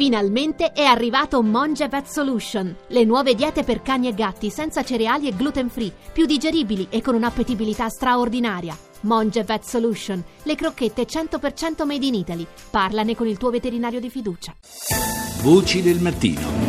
Finalmente è arrivato Monge Vet Solution, le nuove diete per cani e gatti senza cereali e gluten free, più digeribili e con un'appetibilità straordinaria. Monge Vet Solution, le crocchette 100% made in Italy. Parlane con il tuo veterinario di fiducia. Voci del mattino.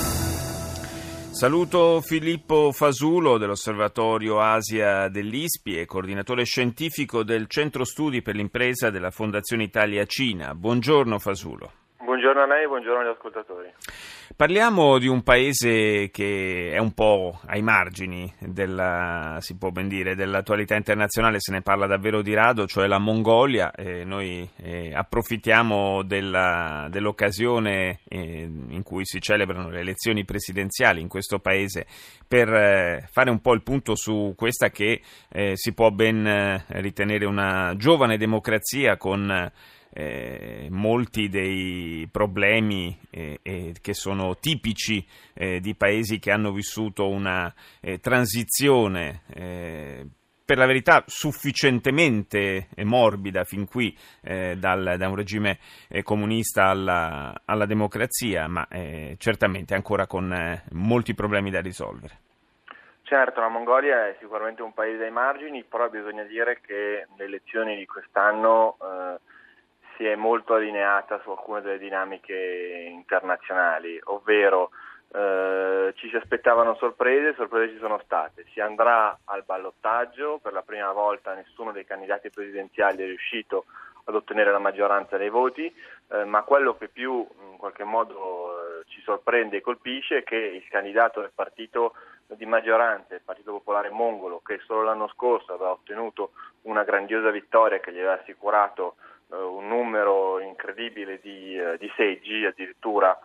Saluto Filippo Fasulo dell'Osservatorio Asia dell'ISPI e coordinatore scientifico del Centro Studi per l'Impresa della Fondazione Italia-Cina. Buongiorno Fasulo. Buongiorno a lei e buongiorno agli ascoltatori. Parliamo di un paese che è un po' ai margini si può ben dire, dell'attualità internazionale, se ne parla davvero di rado, cioè la Mongolia. Noi approfittiamo dell'occasione in cui si celebrano le elezioni presidenziali in questo paese per fare un po' il punto su questa che si può ben ritenere una giovane democrazia con molti dei problemi che sono tipici di paesi che hanno vissuto una transizione per la verità sufficientemente morbida fin qui da un regime comunista alla democrazia, ma certamente ancora con molti problemi da risolvere. Certo, la Mongolia è sicuramente un paese ai margini, però bisogna dire che le elezioni di quest'anno si è molto allineata su alcune delle dinamiche internazionali, ovvero ci si aspettavano sorprese ci sono state. Si andrà al ballottaggio, per la prima volta nessuno dei candidati presidenziali è riuscito ad ottenere la maggioranza dei voti, ma quello che più in qualche modo ci sorprende e colpisce è che il candidato del partito di maggioranza, il Partito Popolare Mongolo, che solo l'anno scorso aveva ottenuto una grandiosa vittoria che gli aveva assicurato un numero incredibile di seggi, addirittura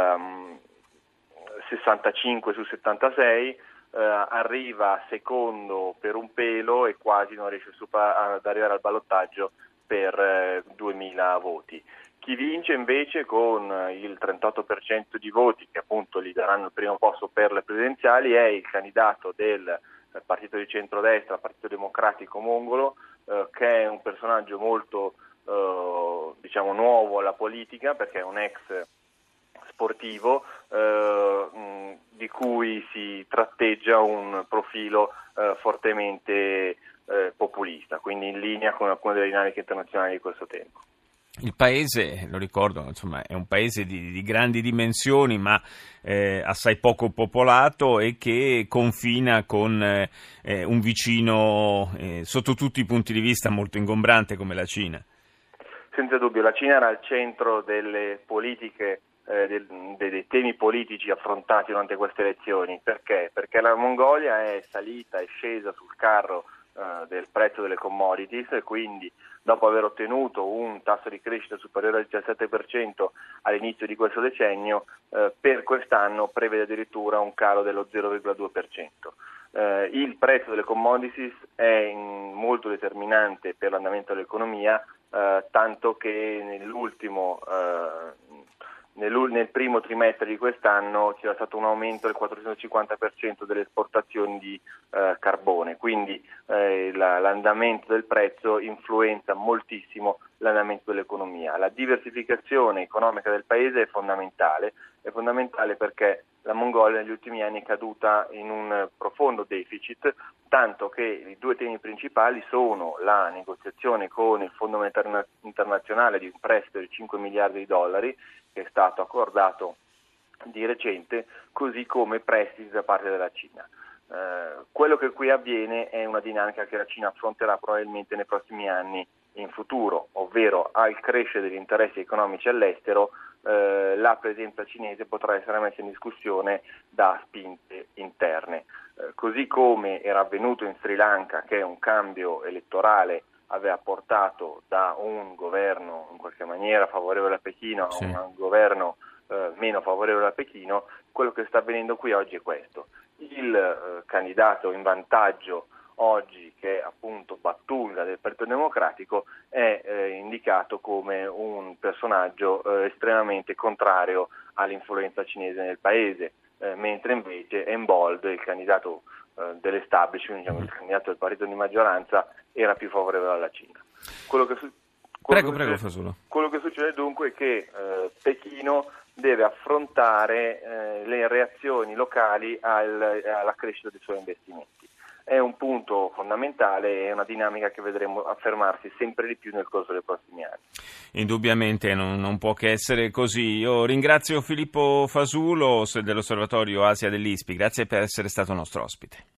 65 su 76, arriva secondo per un pelo e quasi non riesce ad arrivare al ballottaggio per 2000 voti. Chi vince invece con il 38% di voti, che appunto gli daranno il primo posto per le presidenziali, è il candidato del partito di centrodestra, Partito Democratico Mongolo, che è un personaggio molto nuovo alla politica, perché è un ex sportivo di cui si tratteggia un profilo fortemente populista, quindi in linea con alcune delle dinamiche internazionali di questo tempo. Il paese, lo ricordo, insomma, è un paese di grandi dimensioni, ma assai poco popolato e che confina con un vicino sotto tutti i punti di vista molto ingombrante come la Cina. Senza dubbio, la Cina era al centro delle politiche, dei temi politici affrontati durante queste elezioni. Perché? Perché la Mongolia è salita e scesa sul carro del prezzo delle commodities e quindi dopo aver ottenuto un tasso di crescita superiore al 17% all'inizio di questo decennio, per quest'anno prevede addirittura un calo dello 0,2%. Il prezzo delle commodities è molto determinante per l'andamento dell'economia, tanto che nel primo trimestre di quest'anno c'era stato un aumento del 450% delle esportazioni di carbone, quindi l'andamento del prezzo influenza moltissimo l'andamento dell'economia. La diversificazione economica del paese è fondamentale perché la Mongolia negli ultimi anni è caduta in un profondo deficit, tanto che i due temi principali sono la negoziazione con il Fondo Monetario Internazionale di un prestito di 5 miliardi di dollari che è stato accordato di recente, così come prestiti da parte della Cina. Quello che qui avviene è una dinamica che la Cina affronterà probabilmente nei prossimi anni in futuro, ovvero al crescere degli interessi economici all'estero, la presenza cinese potrà essere messa in discussione da spinte interne. Così come era avvenuto in Sri Lanka, che un cambio elettorale aveva portato da un governo in qualche maniera favorevole a Pechino a un governo meno favorevole a Pechino, quello che sta avvenendo qui oggi è questo. Il candidato in vantaggio oggi, che è appunto Battulga del Partito Democratico, è indicato come un personaggio estremamente contrario all'influenza cinese nel paese, mentre invece Embold, il candidato dell'establishment, il candidato del partito di maggioranza, era più favorevole alla Cina. Quello che Prego, Fasulo. Quello che succede dunque è che Pechino deve affrontare le reazioni locali alla crescita dei suoi investimenti. È un punto fondamentale, è una dinamica che vedremo affermarsi sempre di più nel corso dei prossimi anni. Indubbiamente non può che essere così. Io ringrazio Filippo Fasulo dell'Osservatorio Asia dell'ISPI, grazie per essere stato nostro ospite.